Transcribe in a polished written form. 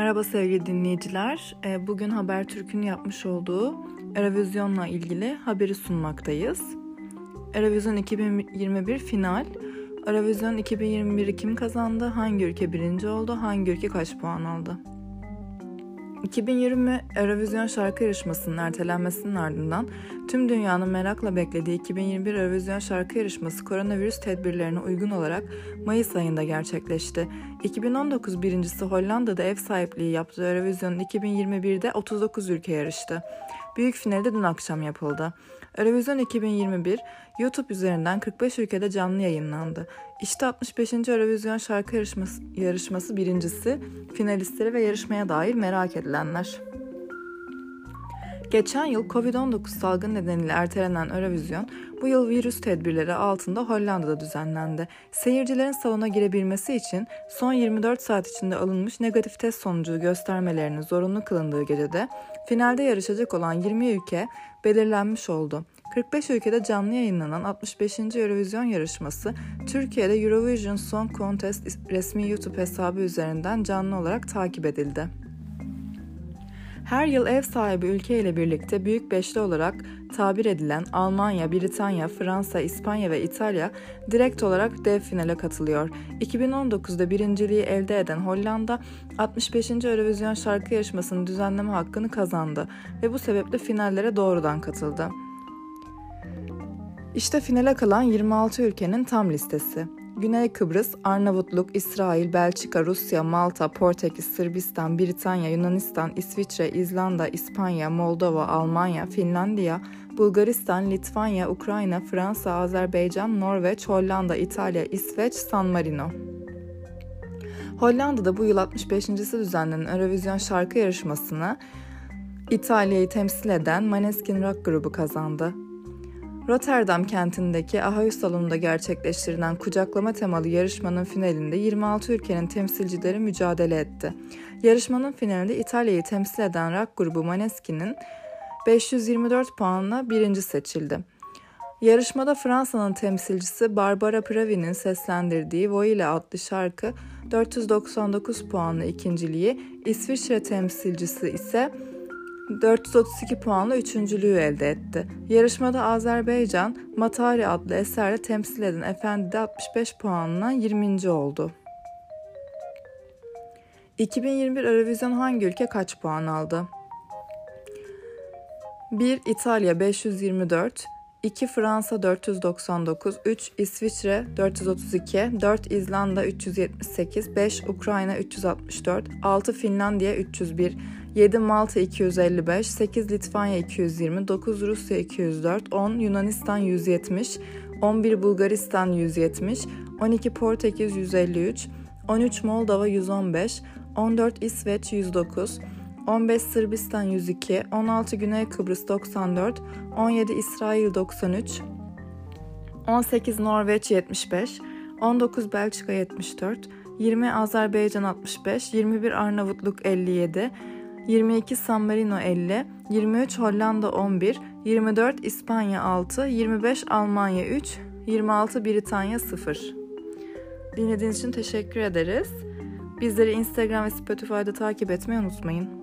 Merhaba sevgili dinleyiciler. Bugün Habertürk'ün yapmış olduğu Eurovision'la ilgili haberi sunmaktayız. Eurovision 2021 final. Eurovision 2021'i kim kazandı? Hangi ülke birinci oldu? Hangi ülke kaç puan aldı? 2020 Eurovision şarkı yarışmasının ertelenmesinin ardından tüm dünyanın merakla beklediği 2021 Eurovision şarkı yarışması koronavirüs tedbirlerine uygun olarak Mayıs ayında gerçekleşti. 2019 birincisi Hollanda'da ev sahipliği yaptığı Eurovision'un 2021'de 39 ülke yarıştı. Büyük finali de dün akşam yapıldı. Eurovision 2021 YouTube üzerinden 45 ülkede canlı yayınlandı. İşte 65. Eurovision şarkı yarışması birincisi, finalistleri ve yarışmaya dair merak edilenler. Geçen yıl Covid-19 salgını nedeniyle ertelenen Eurovision, bu yıl virüs tedbirleri altında Hollanda'da düzenlendi. Seyircilerin salona girebilmesi için son 24 saat içinde alınmış negatif test sonucu göstermelerinin zorunlu kılındığı gecede finalde yarışacak olan 20 ülke belirlenmiş oldu. 45 ülkede canlı yayınlanan 65. Eurovision yarışması, Türkiye'de Eurovision Song Contest resmi YouTube hesabı üzerinden canlı olarak takip edildi. Her yıl ev sahibi ülke ile birlikte Büyük Beşli olarak tabir edilen Almanya, Britanya, Fransa, İspanya ve İtalya direkt olarak dev finale katılıyor. 2019'da birinciliği elde eden Hollanda, 65. Eurovision şarkı yarışmasının düzenleme hakkını kazandı ve bu sebeple finallere doğrudan katıldı. İşte finale kalan 26 ülkenin tam listesi. Güney Kıbrıs, Arnavutluk, İsrail, Belçika, Rusya, Malta, Portekiz, Sırbistan, Britanya, Yunanistan, İsviçre, İzlanda, İspanya, Moldova, Almanya, Finlandiya, Bulgaristan, Litvanya, Ukrayna, Fransa, Azerbaycan, Norveç, Hollanda, İtalya, İsveç, San Marino. Hollanda'da bu yıl 65.si düzenlenen Eurovision şarkı yarışmasını İtalya'yı temsil eden Måneskin rock grubu kazandı. Rotterdam kentindeki Ahaü salonunda gerçekleştirilen kucaklama temalı yarışmanın finalinde 26 ülkenin temsilcileri mücadele etti. Yarışmanın finalinde İtalya'yı temsil eden rock grubu Måneskin'in 524 puanla birinci seçildi. Yarışmada Fransa'nın temsilcisi Barbara Pravi'nin seslendirdiği Voile adlı şarkı 499 puanla ikinciliği, İsviçre temsilcisi ise 432 puanla üçüncülüğü elde etti. Yarışmada Azerbaycan, Matari adlı eserle temsil eden Efendi de 65 puanla 20. oldu. 2021 Eurovision hangi ülke kaç puan aldı? 1. İtalya 524, 2. Fransa 499, 3. İsviçre 432, 4. İzlanda 378, 5. Ukrayna 364, 6. Finlandiya 301, 7. Malta 255, 8. Litvanya 220, 9. Rusya 204, 10. Yunanistan 170, 11. Bulgaristan 170, 12. Portekiz 153, 13. Moldova 115, 14. İsveç 109, 15 Sırbistan 102, 16 Güney Kıbrıs 94, 17 İsrail 93, 18 Norveç 75, 19 Belçika 74, 20 Azerbaycan 65, 21 Arnavutluk 57, 22 San Marino 50, 23 Hollanda 11, 24 İspanya 6, 25 Almanya 3, 26 Britanya 0. Dinlediğiniz için teşekkür ederiz. Bizleri Instagram ve Spotify'da takip etmeyi unutmayın.